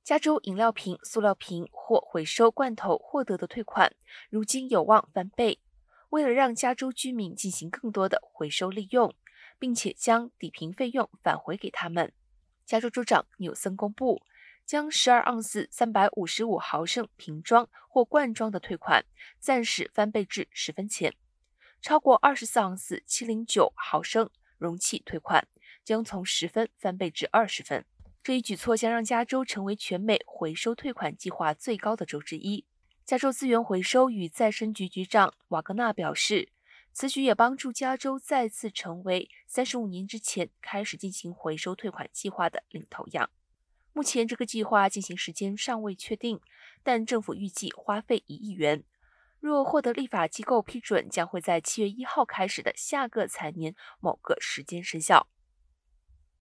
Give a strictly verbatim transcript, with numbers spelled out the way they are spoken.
加州饮料瓶、塑料瓶或回收罐头获得的退款，如今有望翻倍。为了让加州居民进行更多的回收利用，并且将抵瓶费用返回给他们，加州州长纽森公布，将十二盎司三百五十五毫升瓶装或罐装的退款暂时翻倍至十分钱，超过二十四盎司七百零九毫升容器退款将从十分翻倍至二十分。这一举措将让加州成为全美回收退款计划最高的州之一。加州资源回收与再生局局长瓦格纳表示，此举也帮助加州再次成为三十五年之前开始进行回收退款计划的领头羊。目前这个计划进行时间尚未确定，但政府预计花费一亿元。若获得立法机构批准，将会在七月一号开始的下个财年某个时间生效。